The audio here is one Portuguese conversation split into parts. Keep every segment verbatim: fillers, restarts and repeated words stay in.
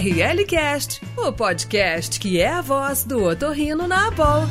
R L Cast, o podcast que é a voz do otorrino na Abol.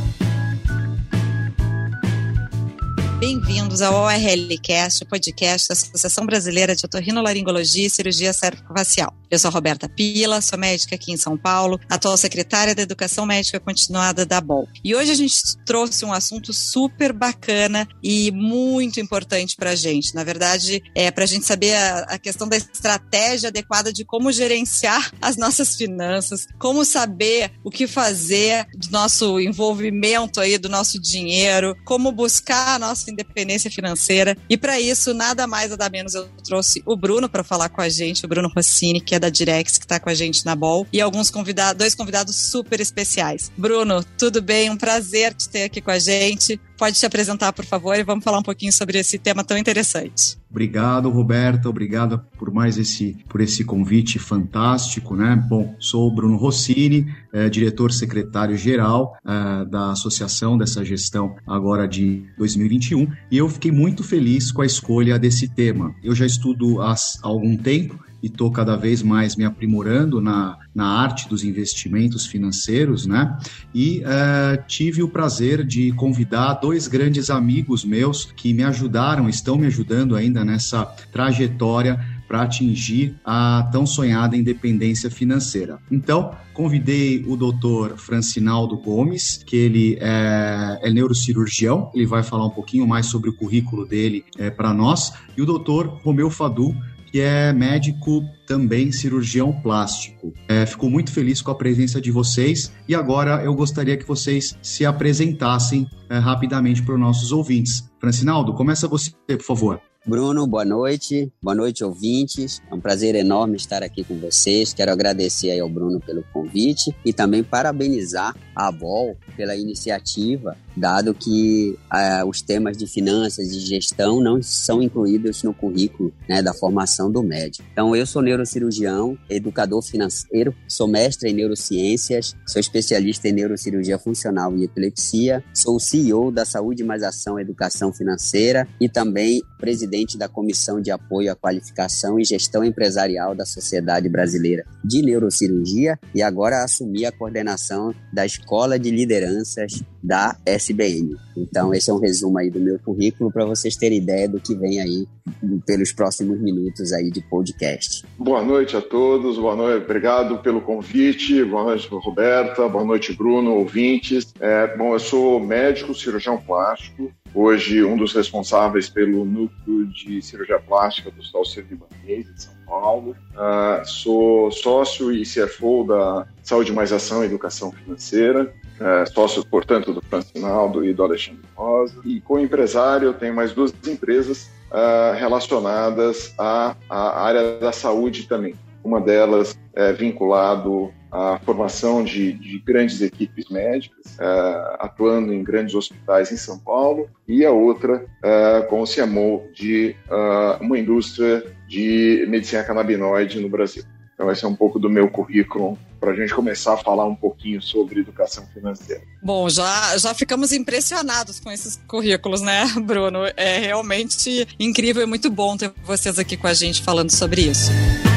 Bem-vindos ao O R L Cast, o podcast da Associação Brasileira de Otorrinolaringologia e Cirurgia Cérvico-Facial. Eu sou a Roberta Pila, sou médica aqui em São Paulo, atual secretária da Educação Médica Continuada da Abol. E hoje a gente trouxe um assunto super bacana e muito importante para a gente. Na verdade, é para a gente saber a, a questão da estratégia adequada de como gerenciar as nossas finanças, como saber o que fazer do nosso envolvimento aí, do nosso dinheiro, como buscar a nossa independência financeira. E para isso, nada mais nada menos, eu trouxe o Bruno para falar com a gente, o Bruno Rossini, que é da Direx, que está com a gente na Abol, e alguns convidados, dois convidados super especiais. Bruno, tudo bem? Um prazer te ter aqui com a gente. Pode te apresentar, por favor, e vamos falar um pouquinho sobre esse tema tão interessante. Obrigado, Roberta. Obrigado por mais esse, por esse convite fantástico, né? Bom, sou o Bruno Rossini, é, diretor secretário-geral é, da associação dessa gestão agora de dois mil e vinte e um, e eu fiquei muito feliz com a escolha desse tema. Eu já estudo há, há algum tempo e estou cada vez mais me aprimorando na, na arte dos investimentos financeiros, né? E uh, tive o prazer de convidar dois grandes amigos meus que me ajudaram, estão me ajudando ainda nessa trajetória para atingir a tão sonhada independência financeira. Então, convidei o doutor Francinaldo Gomes, que ele é, é neurocirurgião, ele vai falar um pouquinho mais sobre o currículo dele é, para nós, e o doutor Romeu Fadu, que é médico também cirurgião plástico. É, fico muito feliz com a presença de vocês e agora eu gostaria que vocês se apresentassem é, rapidamente para os nossos ouvintes. Francinaldo, começa você, por favor. Bruno, boa noite, boa noite ouvintes, é um prazer enorme estar aqui com vocês, quero agradecer aí ao Bruno pelo convite e também parabenizar a Abol pela iniciativa, dado que uh, os temas de finanças e gestão não são incluídos no currículo, né, da formação do médico. Então eu sou neurocirurgião, educador financeiro, sou mestre em neurociências, sou especialista em neurocirurgia funcional e epilepsia, sou o C E O da Saúde Mais Ação Educação Financeira e também presidente da Comissão de Apoio à Qualificação e Gestão Empresarial da Sociedade Brasileira de Neurocirurgia e agora assumi a coordenação da Escola de Lideranças da S B N. Então esse é um resumo aí do meu currículo para vocês terem ideia do que vem aí pelos próximos minutos aí de podcast. Boa noite a todos, boa noite, obrigado pelo convite, boa noite Roberta, boa noite Bruno, ouvintes. É, bom, eu sou médico, cirurgião plástico, hoje um dos responsáveis pelo núcleo de cirurgia plástica do Hospital Sírio-Libanês de São Paulo. Uh, sou sócio e C F O da Saúde Mais Ação e Educação Financeira. Uh, sócio, portanto, do Francinaldo e do Alexandre Rosa. E co-empresário, eu tenho mais duas empresas uh, relacionadas à, à área da saúde também. Uma delas é vinculado à formação de, de grandes equipes médicas, uh, atuando em grandes hospitais em São Paulo, e a outra uh, com o C M O de uh, uma indústria de medicina canabinoide no Brasil. Então esse é um pouco do meu currículo para a gente começar a falar um pouquinho sobre educação financeira. Bom, já, já ficamos impressionados com esses currículos, né, Bruno? É realmente incrível e muito bom ter vocês aqui com a gente falando sobre isso.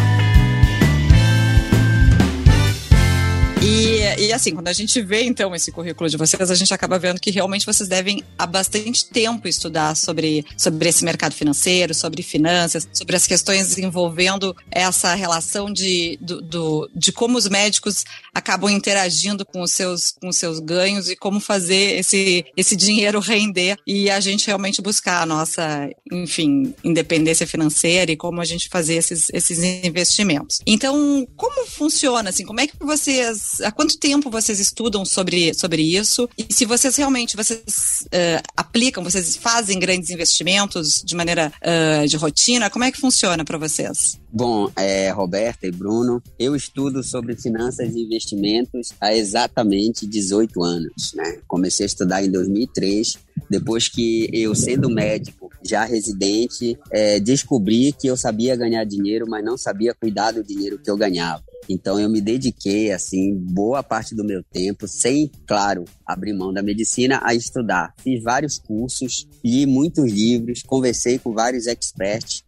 E, e assim, quando a gente vê então esse currículo de vocês, a gente acaba vendo que realmente vocês devem há bastante tempo estudar sobre, sobre esse mercado financeiro, sobre finanças, sobre as questões envolvendo essa relação de, do, do, de como os médicos acabam interagindo com os seus, com os seus ganhos e como fazer esse, esse dinheiro render e a gente realmente buscar a nossa, enfim, independência financeira e como a gente fazer esses, esses investimentos. Então, como funciona, assim, como é que vocês, há quanto tempo vocês estudam sobre, sobre isso? E se vocês realmente, vocês uh, aplicam, vocês fazem grandes investimentos de maneira uh, de rotina, como é que funciona para vocês? Bom, é, Roberta e Bruno, eu estudo sobre finanças e investimentos há exatamente dezoito anos, né? Comecei a estudar em dois mil e três, depois que eu, sendo médico, já residente, é, descobri que eu sabia ganhar dinheiro, mas não sabia cuidar do dinheiro que eu ganhava. Então eu me dediquei, assim, boa parte do meu tempo, sem, claro, abrir mão da medicina, a estudar. Fiz vários cursos, li muitos livros, conversei com vários experts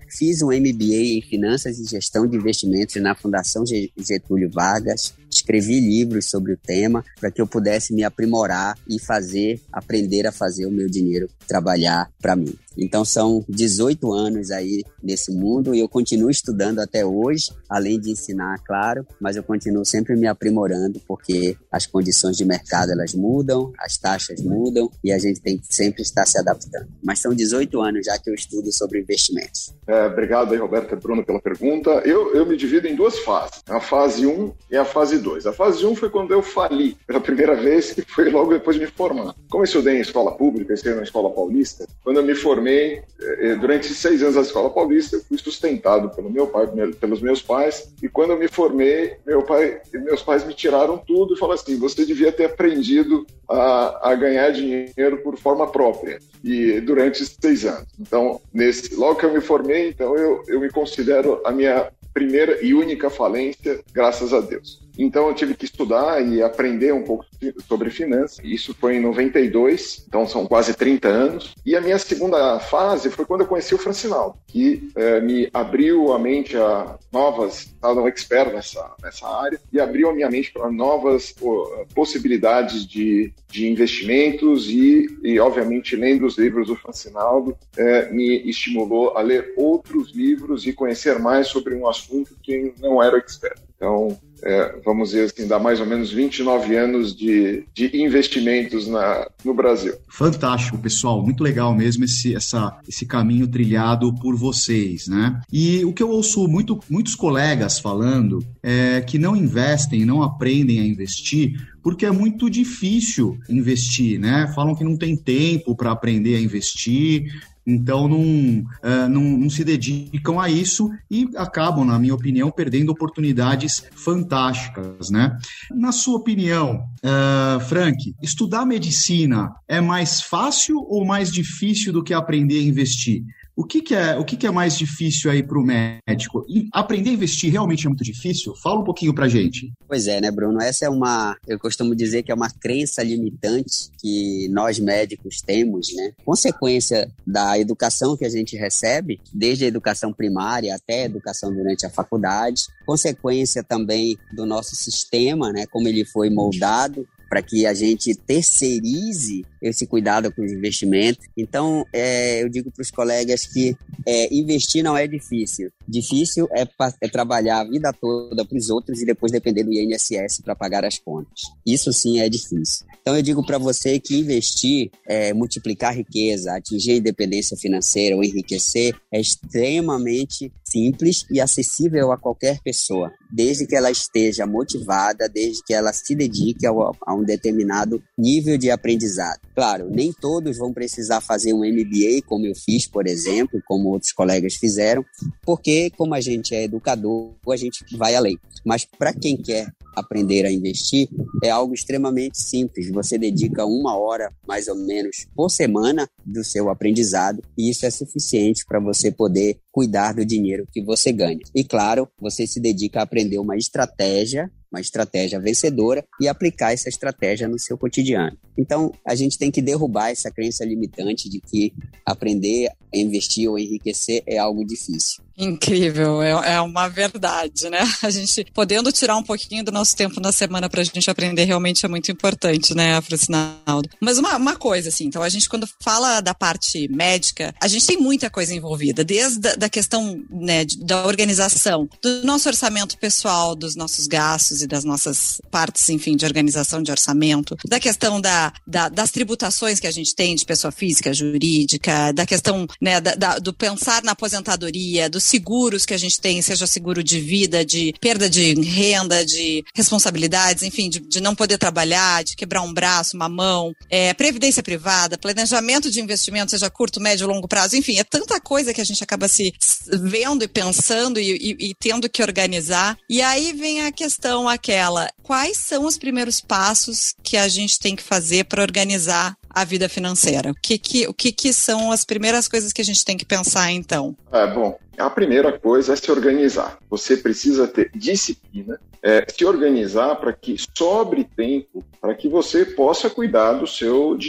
fiz um M B A em Finanças e Gestão de Investimentos na Fundação Getúlio Vargas, escrevi livros sobre o tema para que eu pudesse me aprimorar e fazer, aprender a fazer o meu dinheiro trabalhar para mim. Então são dezoito anos aí nesse mundo e eu continuo estudando até hoje, além de ensinar, claro, mas eu continuo sempre me aprimorando porque as condições de mercado elas mudam, as taxas mudam e a gente tem que sempre estar se adaptando. Mas são dezoito anos já que eu estudo sobre investimentos. É, obrigado aí, Roberta e Bruno, pela pergunta. Eu, eu me divido em duas fases, a fase um e a fase dois. A fase um foi quando eu fali pela primeira vez, que foi logo depois de me formar. Como eu estudei em escola pública, estudei na escola paulista, quando eu me formei, durante seis anos da escola paulista, eu fui sustentado pelo meu pai, pelos meus pais, e quando eu me formei, meu pai, meus pais me tiraram tudo e falaram assim, você devia ter aprendido a, a ganhar dinheiro por forma própria, e durante seis anos. Então, nesse, logo que eu me formei, então eu, eu me considero a minha primeira e única falência, graças a Deus. Então eu tive que estudar e aprender um pouco sobre finanças. Isso foi em noventa e dois, então são quase trinta anos. E a minha segunda fase foi quando eu conheci o Francinaldo, que eh, me abriu a mente a novas, estava um expert nessa, nessa área, e abriu a minha mente para novas oh, possibilidades de, de investimentos e, e, obviamente, lendo os livros do Francinaldo, eh, me estimulou a ler outros livros e conhecer mais sobre um assunto que não era expert. Então, é, vamos dizer assim, dá mais ou menos vinte e nove anos de, de investimentos na, no Brasil. Fantástico, pessoal. Muito legal mesmo esse, essa, esse caminho trilhado por vocês, né? E o que eu ouço muito, muitos colegas falando é que não investem, não aprendem a investir porque é muito difícil investir, né? Falam que não tem tempo para aprender a investir, então não, uh, não, não se dedicam a isso e acabam, na minha opinião, perdendo oportunidades fantásticas, né? Na sua opinião, uh, Frank, estudar medicina é mais fácil ou mais difícil do que aprender a investir? O que, que, é, o que, que é mais difícil aí para o médico? E aprender a investir realmente é muito difícil? Fala um pouquinho para a gente. Pois é, né, Bruno? Essa é uma, eu costumo dizer que é uma crença limitante que nós médicos temos, né? Consequência da educação que a gente recebe, desde a educação primária até a educação durante a faculdade, consequência também do nosso sistema, né? Como ele foi moldado, para que a gente terceirize esse cuidado com os investimentos. Então, é, eu digo para os colegas que é, investir não é difícil. Difícil é, é trabalhar a vida toda para os outros e depois depender do I N S S para pagar as contas. Isso sim é difícil. Então, eu digo para você que investir, é, multiplicar riqueza, atingir a independência financeira ou enriquecer é extremamente simples e acessível a qualquer pessoa, desde que ela esteja motivada, desde que ela se dedique ao, a um determinado nível de aprendizado. Claro, nem todos vão precisar fazer um M B A, como eu fiz, por exemplo, como outros colegas fizeram, porque, como a gente é educador, a gente vai além. Mas para quem quer aprender a investir, é algo extremamente simples. Você dedica uma hora, mais ou menos, por semana do seu aprendizado, e isso é suficiente para você poder cuidar do dinheiro que você ganha. E, claro, você se dedica a aprender uma estratégia, uma estratégia vencedora e aplicar essa estratégia no seu cotidiano. Então, a gente tem que derrubar essa crença limitante de que aprender a investir ou enriquecer é algo difícil. Incrível, é, é uma verdade, né? A gente podendo tirar um pouquinho do nosso tempo na semana pra gente aprender realmente é muito importante, né, Francinaldo? Mas uma, uma coisa, assim, então a gente quando fala da parte médica, a gente tem muita coisa envolvida, desde a da questão, né, de, da organização, do nosso orçamento pessoal, dos nossos gastos e das nossas partes, enfim, de organização de orçamento, da questão da, da, das tributações que a gente tem de pessoa física, jurídica, da questão, né, da, da, do pensar na aposentadoria, dos seguros que a gente tem, seja seguro de vida, de perda de renda, de responsabilidades, enfim, de, de não poder trabalhar, de quebrar um braço, uma mão, é, previdência privada, planejamento de investimento, seja curto, médio, longo prazo, enfim, é tanta coisa que a gente acaba se vendo e pensando e, e, e tendo que organizar. E aí vem a questão aquela, quais são os primeiros passos que a gente tem que fazer para organizar a vida financeira? O que que, o que que são as primeiras coisas que a gente tem que pensar, então? É, bom, a primeira coisa é se organizar. Você precisa ter disciplina, é, se organizar para que sobre tempo, para que você possa cuidar do seu dinheiro.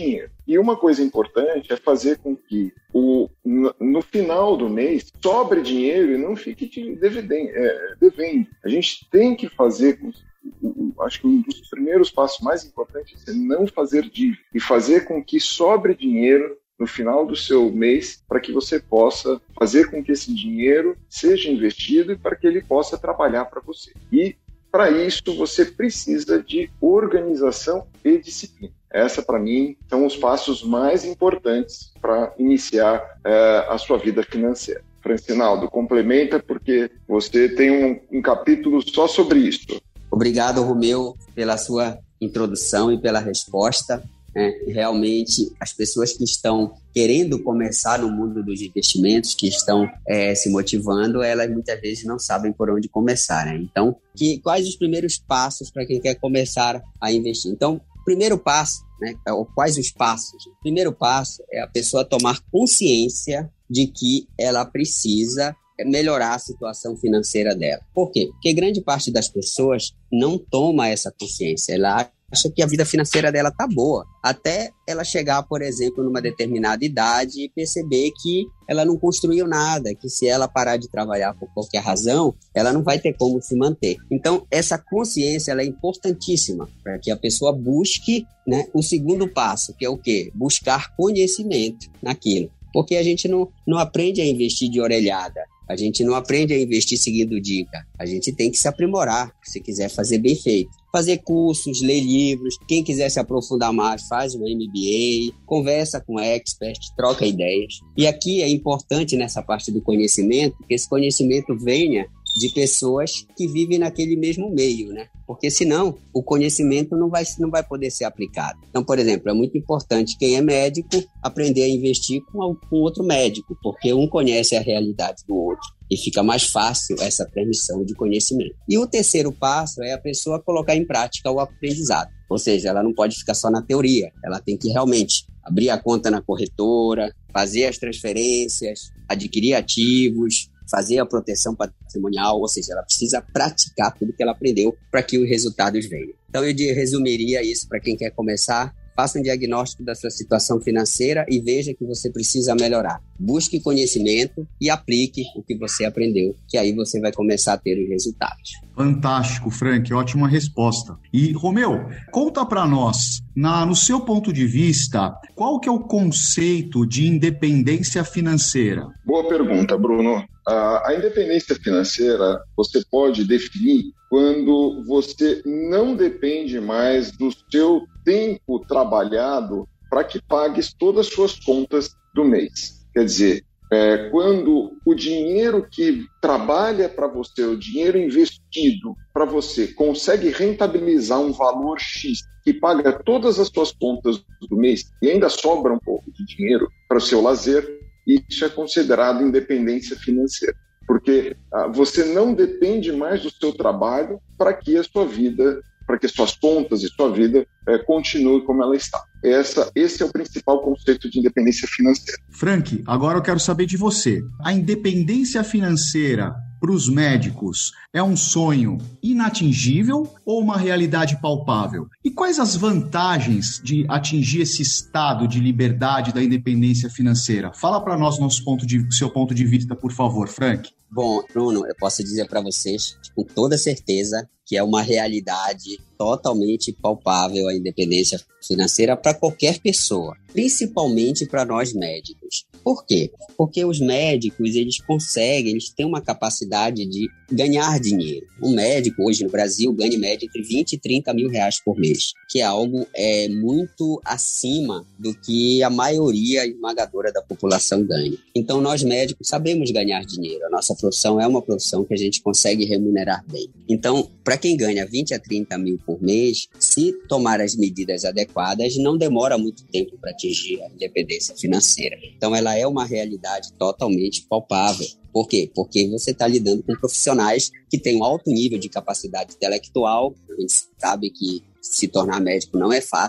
E uma coisa importante é fazer com que o, no final do mês sobre dinheiro e não fique te devendo. A gente tem que fazer com acho que um dos primeiros passos mais importantes é não fazer dívida e fazer com que sobre dinheiro no final do seu mês para que você possa fazer com que esse dinheiro seja investido e para que ele possa trabalhar para você. E para isso você precisa de organização e disciplina. Essa, para mim, são os passos mais importantes para iniciar é, a sua vida financeira. Francinaldo, complementa porque você tem um, um capítulo só sobre isso. Obrigado, Romeu, pela sua introdução e pela resposta. É, realmente, as pessoas que estão querendo começar no mundo dos investimentos, que estão é, se motivando, elas muitas vezes não sabem por onde começar, né? Então, que, quais os primeiros passos para quem quer começar a investir? Então, primeiro passo, né, quais os passos? O primeiro passo é a pessoa tomar consciência de que ela precisa melhorar a situação financeira dela. Por quê? Porque grande parte das pessoas não toma essa consciência. Ela acha que a vida financeira dela tá boa, até ela chegar, por exemplo, numa determinada idade e perceber que ela não construiu nada, que se ela parar de trabalhar por qualquer razão, ela não vai ter como se manter. Então, essa consciência ela é importantíssima para que a pessoa busque, né, o segundo passo, que é o quê? Buscar conhecimento naquilo. Porque a gente não, não aprende a investir de orelhada. A gente não aprende a investir seguindo dica. A gente tem que se aprimorar, se quiser fazer bem feito. Fazer cursos, ler livros. Quem quiser se aprofundar mais, faz um M B A, conversa com expert, troca ideias. E aqui é importante nessa parte do conhecimento, que esse conhecimento venha de pessoas que vivem naquele mesmo meio, né? Porque senão o conhecimento não vai, não vai poder ser aplicado. Então, por exemplo, é muito importante quem é médico aprender a investir com, com outro médico, porque um conhece a realidade do outro e fica mais fácil essa transmissão de conhecimento. E o terceiro passo é a pessoa colocar em prática o aprendizado. Ou seja, ela não pode ficar só na teoria, ela tem que realmente abrir a conta na corretora, fazer as transferências, adquirir ativos, fazer a proteção patrimonial, ou seja, ela precisa praticar tudo que ela aprendeu para que os resultados venham. Então, eu resumiria isso para quem quer começar. Faça um diagnóstico da sua situação financeira e veja que você precisa melhorar. Busque conhecimento e aplique o que você aprendeu, que aí você vai começar a ter os resultados. Fantástico, Frank, ótima resposta. E, Romeu, conta para nós, na, no seu ponto de vista, qual que é o conceito de independência financeira? Boa pergunta, Bruno. A independência financeira você pode definir quando você não depende mais do seu tempo trabalhado para que pagues todas as suas contas do mês. Quer dizer, é, quando o dinheiro que trabalha para você, o dinheiro investido para você, consegue rentabilizar um valor X que paga todas as suas contas do mês e ainda sobra um pouco de dinheiro para o seu lazer, isso é considerado independência financeira, porque ah, você não depende mais do seu trabalho para que a sua vida, para que suas contas e sua vida eh, continue como ela está. Essa, esse é o principal conceito de independência financeira. Frank, agora eu quero saber de você. A independência financeira para os médicos é um sonho inatingível ou uma realidade palpável? E quais as vantagens de atingir esse estado de liberdade da independência financeira? Fala para nós nosso ponto de, seu ponto de vista, por favor, Frank. Bom, Bruno, eu posso dizer para vocês com toda certeza que é uma realidade totalmente palpável a independência financeira para qualquer pessoa, principalmente para nós médicos. Por quê? Porque os médicos, eles conseguem, eles têm uma capacidade de ganhar dinheiro. Um médico, hoje no Brasil, ganha em média entre vinte e trinta mil reais por mês, que é algo é, muito acima do que a maioria esmagadora da população ganha. Então, nós médicos sabemos ganhar dinheiro. A nossa profissão é uma profissão que a gente consegue remunerar bem. Então, para quem ganha vinte a trinta mil por mês, se tomar as medidas adequadas, não demora muito tempo para atingir a independência financeira. Então, ela é uma realidade totalmente palpável. Por quê? Porque você está lidando com profissionais que têm um alto nível de capacidade intelectual. A gente sabe que se tornar médico não é fácil,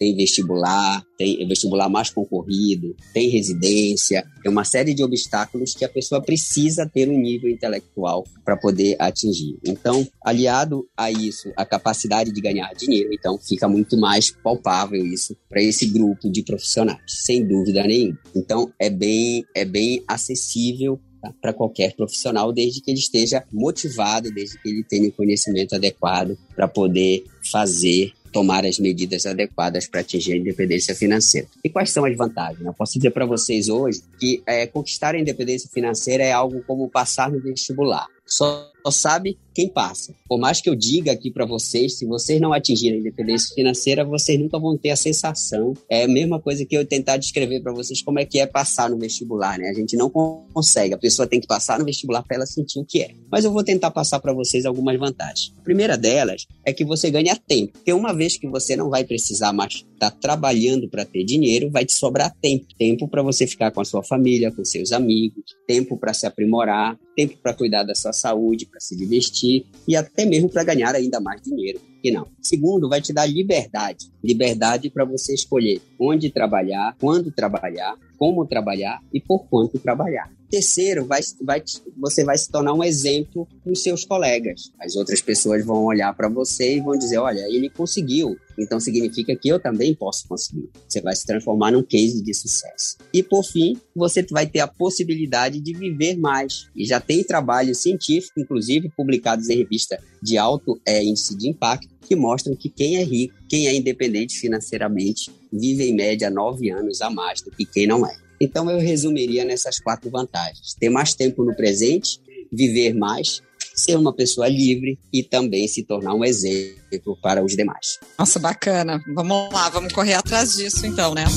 tem vestibular, tem vestibular mais concorrido, tem residência, tem uma série de obstáculos que a pessoa precisa ter um nível intelectual para poder atingir. Então, aliado a isso, a capacidade de ganhar dinheiro, então fica muito mais palpável isso para esse grupo de profissionais, sem dúvida nenhuma. Então, é bem, é bem acessível para qualquer profissional, desde que ele esteja motivado, desde que ele tenha o conhecimento adequado para poder fazer, tomar as medidas adequadas para atingir a independência financeira. E quais são as vantagens? Eu posso dizer para vocês hoje que é, conquistar a independência financeira é algo como passar no vestibular. Só, só sabe quem passa. Por mais que eu diga aqui para vocês, se vocês não atingirem a independência financeira, vocês nunca vão ter a sensação. É a mesma coisa que eu tentar descrever para vocês como é que é passar no vestibular, né? A gente não consegue. A pessoa tem que passar no vestibular para ela sentir o que é. Mas eu vou tentar passar para vocês algumas vantagens. A primeira delas é que você ganha tempo. Porque uma vez que você não vai precisar mais estar trabalhando para ter dinheiro, vai te sobrar tempo. Tempo para você ficar com a sua família, com seus amigos, tempo para se aprimorar, tempo para cuidar da sua saúde, para se divertir e até mesmo para ganhar ainda mais dinheiro. Que não. Segundo, vai te dar liberdade. Liberdade para você escolher onde trabalhar, quando trabalhar, como trabalhar e por quanto trabalhar. Terceiro, vai, vai, você vai se tornar um exemplo para os seus colegas. As outras pessoas vão olhar para você e vão dizer, olha, ele conseguiu, então significa que eu também posso conseguir. Você vai se transformar num case de sucesso. E, por fim, você vai ter a possibilidade de viver mais. E já tem trabalhos científicos, inclusive publicados em revista de alto é, índice de impacto, que mostram que quem é rico, quem é independente financeiramente, vive em média nove anos a mais do que quem não é. Então, eu resumiria nessas quatro vantagens. Ter mais tempo no presente, viver mais, ser uma pessoa livre e também se tornar um exemplo para os demais. Nossa, bacana. Vamos lá, vamos correr atrás disso então, né?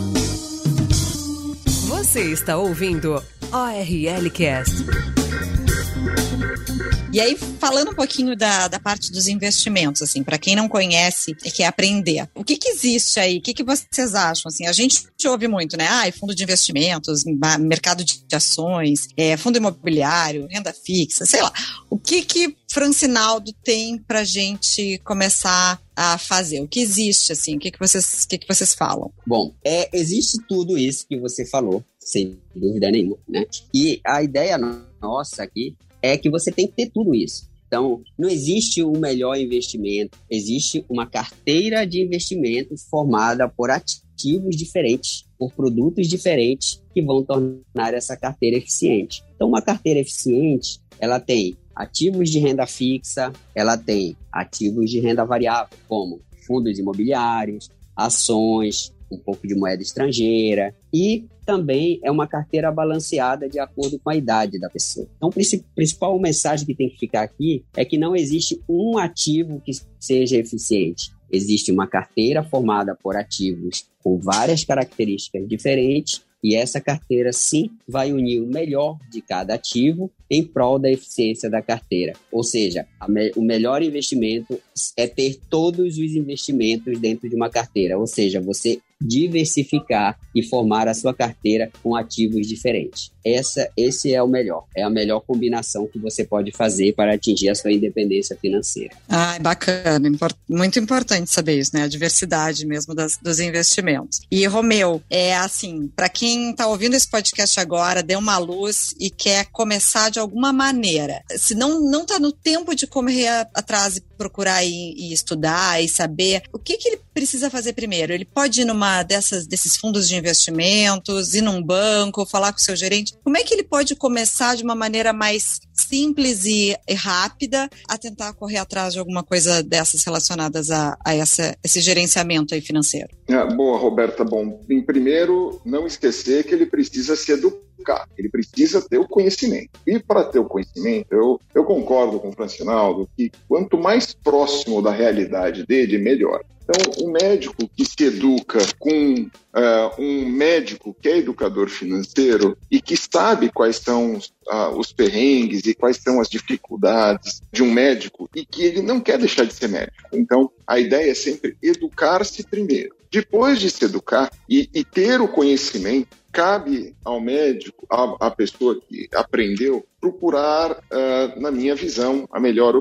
Você está ouvindo O R L Cast. E aí, falando um pouquinho da, da parte dos investimentos, assim, para quem não conhece e quer aprender, o que que existe aí? O que que vocês acham? Assim, a gente ouve muito, né? Ah, fundo de investimentos, mercado de ações, é, fundo imobiliário, renda fixa, sei lá. O que que Francinaldo tem pra gente começar a fazer? O que existe, assim? O que que vocês, o que que vocês falam? Bom, é, existe tudo isso que você falou, sem dúvida nenhuma, né? E a ideia nossa aqui é que você tem que ter tudo isso. Então, não existe um melhor investimento, existe uma carteira de investimentos formada por ativos diferentes, por produtos diferentes que vão tornar essa carteira eficiente. Então, uma carteira eficiente, ela tem ativos de renda fixa, ela tem ativos de renda variável, como fundos imobiliários, ações, um pouco de moeda estrangeira e também é uma carteira balanceada de acordo com a idade da pessoa. Então, a principal mensagem que tem que ficar aqui é que não existe um ativo que seja eficiente. Existe uma carteira formada por ativos com várias características diferentes e essa carteira, sim, vai unir o melhor de cada ativo em prol da eficiência da carteira. Ou seja, a me- o melhor investimento é ter todos os investimentos dentro de uma carteira. Ou seja, você diversificar e formar a sua carteira com ativos diferentes. Essa, esse é o melhor. É a melhor combinação que você pode fazer para atingir a sua independência financeira. Ah, bacana. Muito importante saber isso, né? A diversidade mesmo das, dos investimentos. E, Romeu, é assim, para quem está ouvindo esse podcast agora, dê uma luz e quer começar de alguma maneira. Se não não está no tempo de correr atrás e procurar e, e estudar e saber, o que, que ele precisa fazer primeiro? Ele pode ir numa dessas, desses fundos de investimentos, ir num banco, falar com o seu gerente. Como é que ele pode começar de uma maneira mais simples e, e rápida a tentar correr atrás de alguma coisa dessas relacionadas a, a essa, esse gerenciamento aí financeiro? É, boa, Roberta. Bom, em primeiro, não esquecer que ele precisa se educar, ele precisa ter o conhecimento. E para ter o conhecimento, eu, eu concordo com o Francinaldo que quanto mais próximo da realidade dele, melhor. Então, um médico que se educa com uh, um médico que é educador financeiro e que sabe quais são os, uh, os perrengues e quais são as dificuldades de um médico e que ele não quer deixar de ser médico. Então, a ideia é sempre educar-se primeiro. Depois de se educar e, e ter o conhecimento, cabe ao médico, à, à pessoa que aprendeu, procurar, uh, na minha visão, a melhor opção.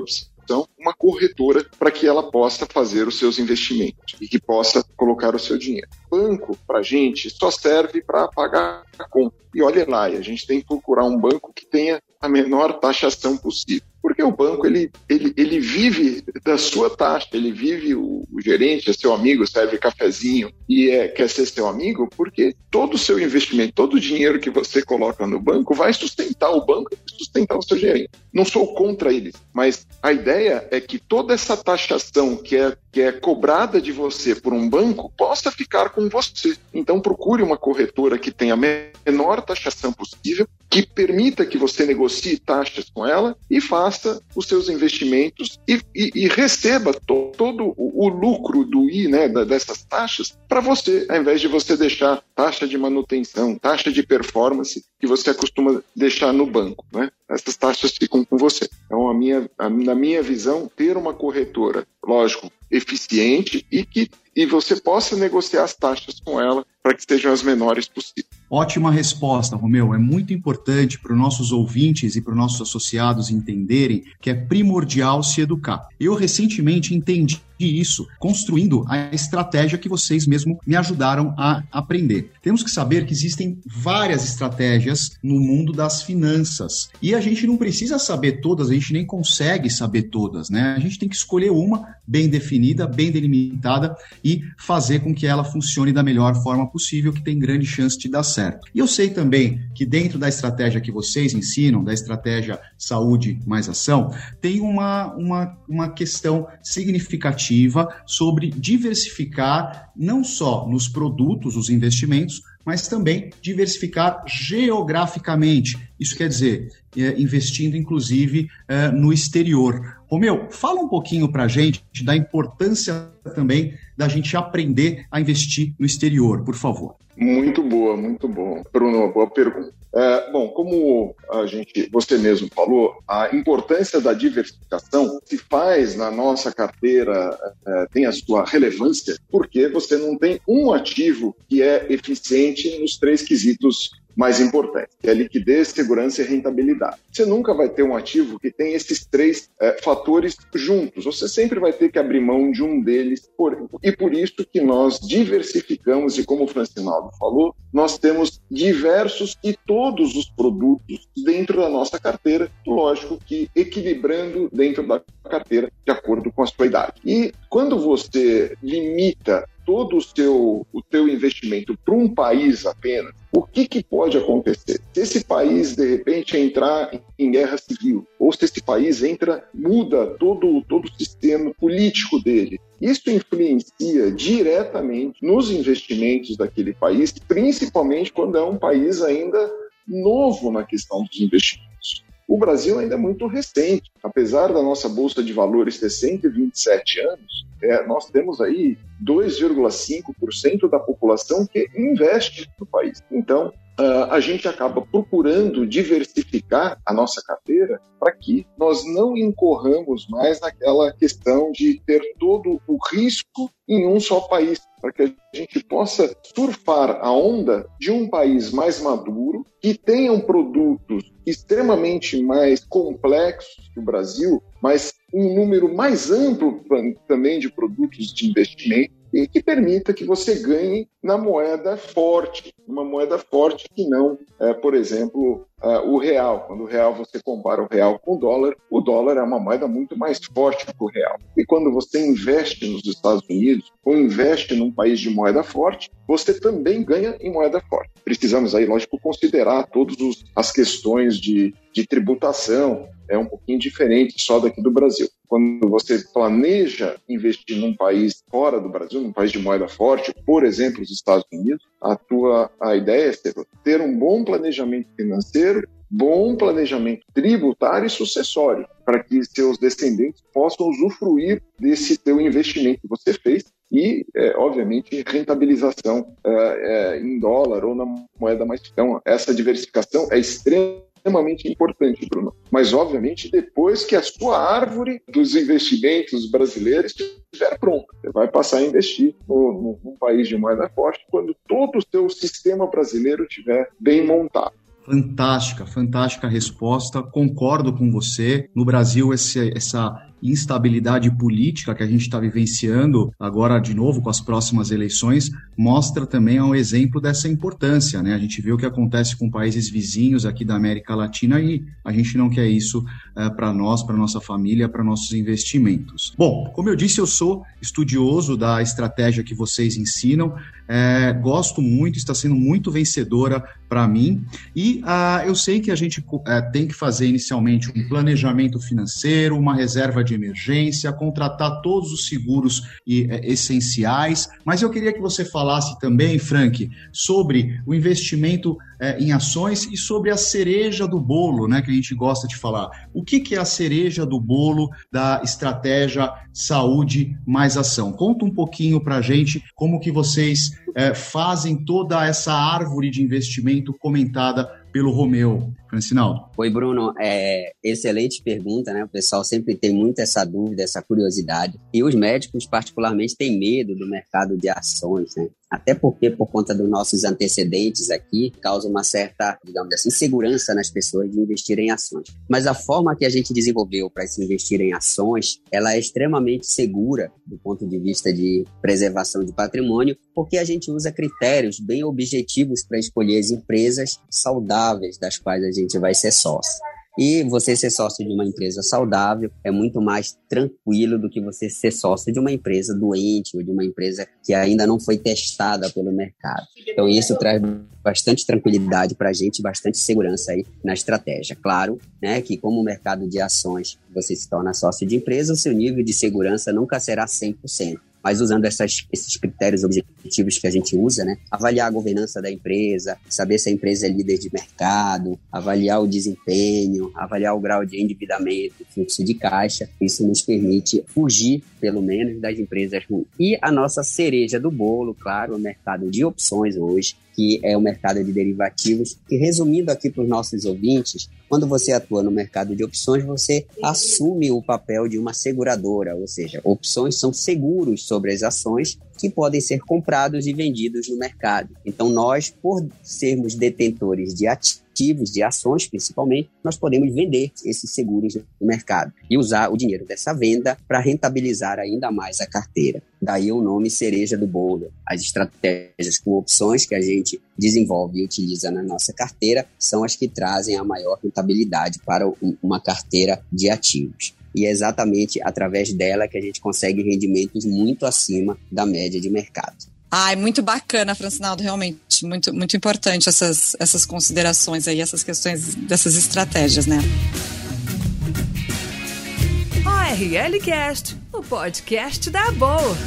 instituição, uma corretora, para que ela possa fazer os seus investimentos e que possa colocar o seu dinheiro. Banco, para a gente, só serve para pagar a conta. E olha lá, a gente tem que procurar um banco que tenha a menor taxação possível. Porque o banco, ele, ele, ele vive da sua taxa, ele vive, o, o gerente é seu amigo, serve cafezinho e é, quer ser seu amigo, porque todo o seu investimento, todo o dinheiro que você coloca no banco vai sustentar o banco e sustentar o seu gerente. Não sou contra eles, mas a ideia é que toda essa taxação que é, que é cobrada de você por um banco possa ficar com você. Então procure uma corretora que tenha a menor taxação possível, que permita que você negocie taxas com ela e faça os seus investimentos e, e, e receba to, todo o, o lucro do I, né, dessas taxas para você, ao invés de você deixar taxa de manutenção, taxa de performance que você costuma deixar no banco, né? Essas taxas ficam com você. Então, a minha, a, na minha visão, ter uma corretora, lógico, eficiente e que e você possa negociar as taxas com ela para que sejam as menores possíveis. Ótima resposta, Romeu. É muito importante para os nossos ouvintes e para os nossos associados entenderem que é primordial se educar. Eu recentemente entendi isso, construindo a estratégia que vocês mesmo me ajudaram a aprender. Temos que saber que existem várias estratégias no mundo das finanças. E a gente não precisa saber todas, a gente nem consegue saber todas, né? A gente tem que escolher uma bem definida, bem delimitada e fazer com que ela funcione da melhor forma possível, que tem grande chance de dar certo. E eu sei também que dentro da estratégia que vocês ensinam, da estratégia saúde mais ação, tem uma, uma, uma questão significativa sobre diversificar não só nos produtos, os investimentos, mas também diversificar geograficamente. Isso quer dizer, é, investindo inclusive é, no exterior. Romeu, fala um pouquinho para a gente da importância também da gente aprender a investir no exterior, por favor. Muito boa, muito bom. Bruno, boa pergunta. É, bom, como a gente, você mesmo falou, a importância da diversificação se faz na nossa carteira, é, tem a sua relevância, porque você não tem um ativo que é eficiente nos três quesitos mais importantes, que é liquidez, segurança e rentabilidade. Você nunca vai ter um ativo que tem esses três é, fatores juntos. Você sempre vai ter que abrir mão de um deles. Por, e por isso que nós diversificamos, e como o Francinaldo falou, nós temos diversos e todos os produtos dentro da nossa carteira, lógico que equilibrando dentro da carteira de acordo com a sua idade. E quando você limita todo o seu, o teu investimento para um país apenas, o que, que pode acontecer? Se esse país, de repente, entrar em guerra civil, ou se esse país entra, muda todo, todo o sistema político dele, isso influencia diretamente nos investimentos daquele país, principalmente quando é um país ainda novo na questão dos investimentos. O Brasil ainda é muito recente. Apesar da nossa Bolsa de Valores ter cento e vinte e sete anos, é, nós temos aí dois vírgula cinco por cento da população que investe no país. Então, uh, a gente acaba procurando diversificar a nossa carteira para que nós não incorramos mais naquela questão de ter todo o risco em um só país, para que a gente possa surfar a onda de um país mais maduro, que tenham produtos extremamente mais complexos que o Brasil, mas um número mais amplo também de produtos de investimento e que permita que você ganhe na moeda forte, uma moeda forte que não, é, por exemplo, é, o real. Quando o real, você compara o real com o dólar, o dólar é uma moeda muito mais forte que o real. E quando você investe nos Estados Unidos ou investe num país de moeda forte, você também ganha em moeda forte. Precisamos aí, lógico, considerar todas as questões de, de tributação, é um pouquinho diferente só daqui do Brasil. Quando você planeja investir num país fora do Brasil, num país de moeda forte, por exemplo, os Estados Unidos, a tua a ideia é ter, ter um bom planejamento financeiro, bom planejamento tributário e sucessório, para que seus descendentes possam usufruir desse teu investimento que você fez e, é, obviamente, rentabilização é, é, em dólar ou na moeda mais... Então, essa diversificação é extremamente extremamente importante, Bruno. Mas, obviamente, depois que a sua árvore dos investimentos brasileiros estiver pronta. Você vai passar a investir no, no, num país de moeda forte quando todo o seu sistema brasileiro estiver bem montado. Fantástica, fantástica resposta. Concordo com você. No Brasil, esse, essa instabilidade política que a gente está vivenciando agora de novo com as próximas eleições mostra também um exemplo dessa importância, né? A gente vê o que acontece com países vizinhos aqui da América Latina e a gente não quer isso é, para nós, para nossa família, para nossos investimentos. Bom, como eu disse, eu sou estudioso da estratégia que vocês ensinam, é, gosto muito, está sendo muito vencedora para mim e uh, eu sei que a gente uh, tem que fazer inicialmente um planejamento financeiro, uma reserva de emergência, contratar todos os seguros e, uh, essenciais, mas eu queria que você falasse também, Frank, sobre o investimento uh, em ações e sobre a cereja do bolo, né, que a gente gosta de falar. O que, que é a cereja do bolo da estratégia saúde mais ação? Conta um pouquinho para a gente como que vocês uh, fazem toda essa árvore de investimento comentada pelo Romeu. Francinaldo. Oi, Bruno. É, excelente pergunta, né? O pessoal sempre tem muito essa dúvida, essa curiosidade. E os médicos, particularmente, têm medo do mercado de ações, né? Até porque, por conta dos nossos antecedentes aqui, causa uma certa, digamos assim, insegurança nas pessoas de investir em ações. Mas a forma que a gente desenvolveu para se investir em ações, ela é extremamente segura do ponto de vista de preservação de patrimônio, porque a gente usa critérios bem objetivos para escolher as empresas saudáveis das quais a gente vai ser sócio. E você ser sócio de uma empresa saudável é muito mais tranquilo do que você ser sócio de uma empresa doente ou de uma empresa que ainda não foi testada pelo mercado. Então isso traz bastante tranquilidade para a gente, bastante segurança aí na estratégia. Claro, né, que como o mercado de ações você se torna sócio de empresa, o seu nível de segurança nunca será cem por cento. Mas usando essas, esses critérios objetivos que a gente usa, né? Avaliar a governança da empresa, saber se a empresa é líder de mercado, avaliar o desempenho, avaliar o grau de endividamento, fluxo de caixa, isso nos permite fugir, pelo menos, das empresas ruins. E a nossa cereja do bolo, claro, o mercado de opções hoje, que é o mercado de derivativos, que resumindo aqui para os nossos ouvintes, quando você atua no mercado de opções, você assume o papel de uma seguradora, ou seja, opções são seguros sobre as ações que podem ser comprados e vendidos no mercado. Então nós, por sermos detentores de ativos, de ações principalmente, nós podemos vender esses seguros no mercado e usar o dinheiro dessa venda para rentabilizar ainda mais a carteira. Daí o nome cereja do bolo. As estratégias com opções que a gente desenvolve e utiliza na nossa carteira são as que trazem a maior rentabilidade para uma carteira de ativos. E é exatamente através dela que a gente consegue rendimentos muito acima da média de mercado. Ai, muito bacana, Francinaldo, realmente, muito, muito importante essas, essas considerações aí, essas questões dessas estratégias, né? O R L Cast, o podcast da boa.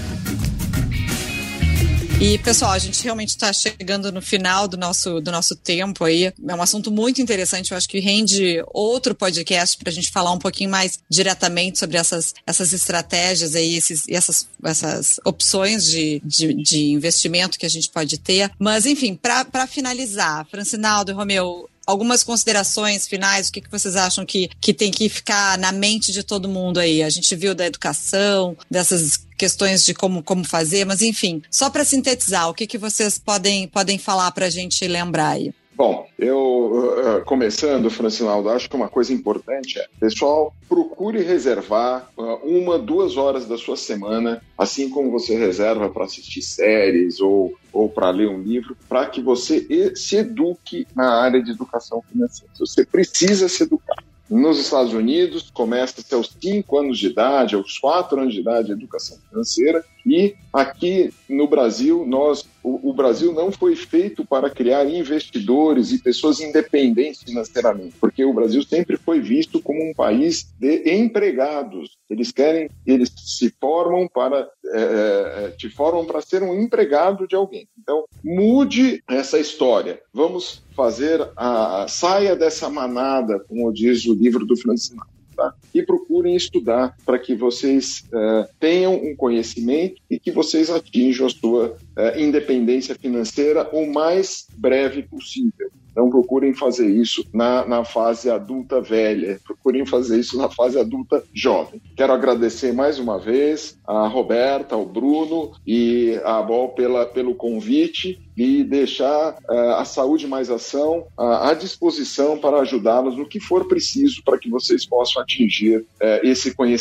E, pessoal, a gente realmente está chegando no final do nosso, do nosso tempo aí. É um assunto muito interessante, eu acho que rende outro podcast para a gente falar um pouquinho mais diretamente sobre essas, essas estratégias aí, esses, essas, essas opções de, de, de investimento que a gente pode ter. Mas, enfim, para finalizar, Francinaldo e Romeu, algumas considerações finais, o que, que vocês acham que, que tem que ficar na mente de todo mundo aí? A gente viu da educação, dessas questões de como, como fazer, mas enfim, só para sintetizar, o que, que vocês podem, podem falar para a gente lembrar aí? Bom, eu, uh, começando, Francinaldo, acho que uma coisa importante é, pessoal, procure reservar uh, uma, duas horas da sua semana, assim como você reserva para assistir séries ou, ou para ler um livro, para que você se eduque na área de educação financeira. Você precisa se educar. Nos Estados Unidos, começa-se aos cinco anos de idade, aos quatro anos de idade, a educação financeira. E aqui no Brasil, nós, o, o Brasil não foi feito para criar investidores e pessoas independentes financeiramente, porque o Brasil sempre foi visto como um país de empregados. Eles querem, eles se formam para, é, te formam para ser um empregado de alguém. Então, mude essa história. Vamos fazer a, a saia dessa manada, como diz o livro do Francinaldo. Tá? E procurem estudar para que vocês uh, tenham um conhecimento e que vocês atinjam a sua uh, independência financeira o mais breve possível. Então procurem fazer isso na, na fase adulta velha, procurem fazer isso na fase adulta jovem. Quero agradecer mais uma vez a Roberta, ao Bruno e a Abol pela, pelo convite e deixar uh, a Saúde Mais Ação uh, à disposição para ajudá-los no que for preciso para que vocês possam atingir uh, esse conhecimento.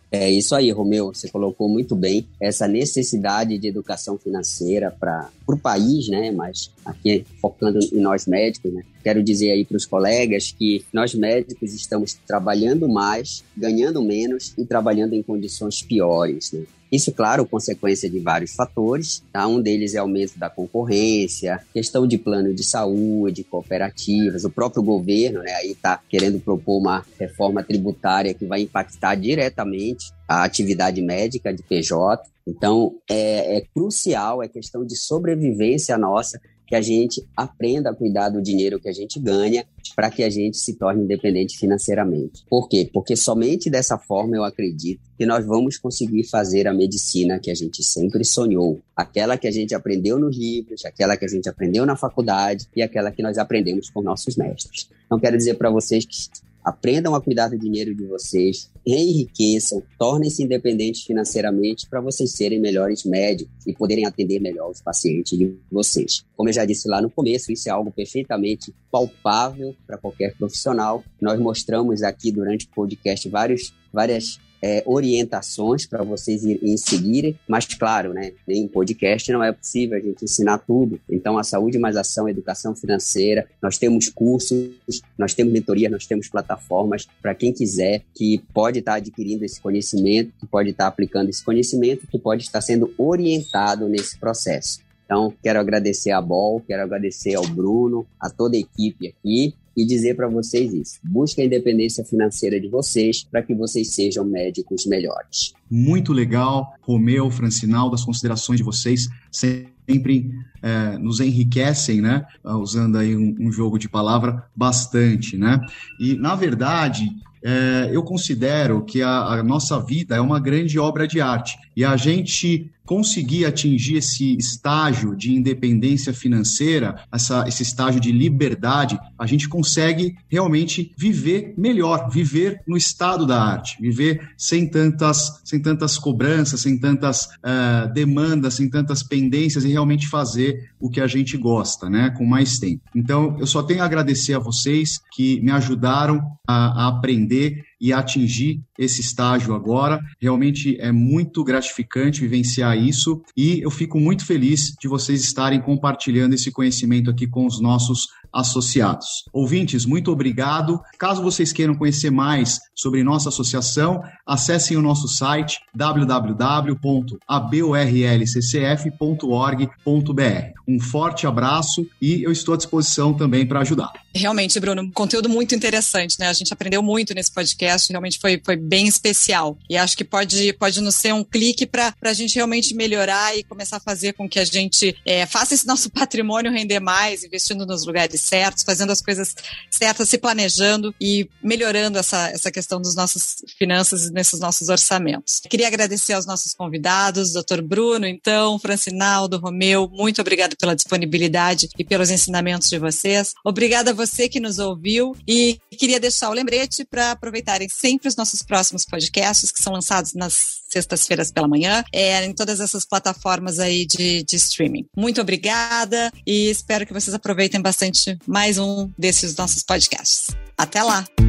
É isso aí, Romeu, você colocou muito bem essa necessidade de educação financeira para o país, né? Mas aqui focando em nós médicos, né? Quero dizer aí para os colegas que nós médicos estamos trabalhando mais, ganhando menos e trabalhando em condições piores, né? Isso, claro, consequência de vários fatores, tá? Um deles é aumento da concorrência, questão de plano de saúde, cooperativas, o próprio governo, né, aí está querendo propor uma reforma tributária que vai impactar diretamente a atividade médica de P J. Então, é, é crucial, é questão de sobrevivência nossa, que a gente aprenda a cuidar do dinheiro que a gente ganha para que a gente se torne independente financeiramente. Por quê? Porque somente dessa forma eu acredito que nós vamos conseguir fazer a medicina que a gente sempre sonhou. Aquela que a gente aprendeu nos livros, aquela que a gente aprendeu na faculdade e aquela que nós aprendemos com nossos mestres. Então, quero dizer para vocês que aprendam a cuidar do dinheiro de vocês, enriqueçam, tornem-se independentes financeiramente para vocês serem melhores médicos e poderem atender melhor os pacientes de vocês. Como eu já disse lá no começo, isso é algo perfeitamente palpável para qualquer profissional. Nós mostramos aqui durante o podcast vários, várias É, orientações para vocês irem seguirem, mas claro, né, em podcast não é possível a gente ensinar tudo. Então a Saúde Mais Ação, Educação Financeira, nós temos cursos, nós temos mentoria, nós temos plataformas para quem quiser, que pode estar adquirindo esse conhecimento, que pode estar aplicando esse conhecimento, que pode estar sendo orientado nesse processo. Então quero agradecer a Bol, quero agradecer ao Bruno, a toda a equipe aqui, e dizer para vocês isso. Busquem a independência financeira de vocês para que vocês sejam médicos melhores. Muito legal, Romeu, Francinaldo, as considerações de vocês sempre é, nos enriquecem, né? Usando aí um, um jogo de palavra bastante, né? E, na verdade, é, eu considero que a, a nossa vida é uma grande obra de arte e a gente conseguir atingir esse estágio de independência financeira, essa, esse estágio de liberdade, a gente consegue realmente viver melhor, viver no estado da arte, viver sem tantas, sem tantas cobranças, sem tantas uh, demandas, sem tantas pendências e realmente fazer o que a gente gosta, né, com mais tempo. Então, eu só tenho a agradecer a vocês que me ajudaram a, a aprender e atingir esse estágio agora. Realmente é muito gratificante vivenciar isso e eu fico muito feliz de vocês estarem compartilhando esse conhecimento aqui com os nossos associados. Ouvintes, muito obrigado. Caso vocês queiram conhecer mais sobre nossa associação, acessem o nosso site w w w ponto a b o r l c c f ponto org ponto b r. Um forte abraço e eu estou à disposição também para ajudar. Realmente, Bruno, um conteúdo muito interessante, né? A gente aprendeu muito nesse podcast, realmente foi, foi bem especial. E acho que pode, pode nos ser um clique para a gente realmente melhorar e começar a fazer com que a gente é, faça esse nosso patrimônio render mais, investindo nos lugares certos, fazendo as coisas certas, se planejando e melhorando essa, essa questão das nossas finanças e nesses nossos orçamentos. Queria agradecer aos nossos convidados, doutor Bruno, então, Francinaldo, Romeu, muito obrigado pela disponibilidade e pelos ensinamentos de vocês. Obrigada a você que nos ouviu e queria deixar o lembrete para aproveitarem sempre os nossos próximos podcasts que são lançados nas sextas-feiras pela manhã, é, em todas essas plataformas aí de, de streaming. Muito obrigada e espero que vocês aproveitem bastante mais um desses nossos podcasts. Até lá!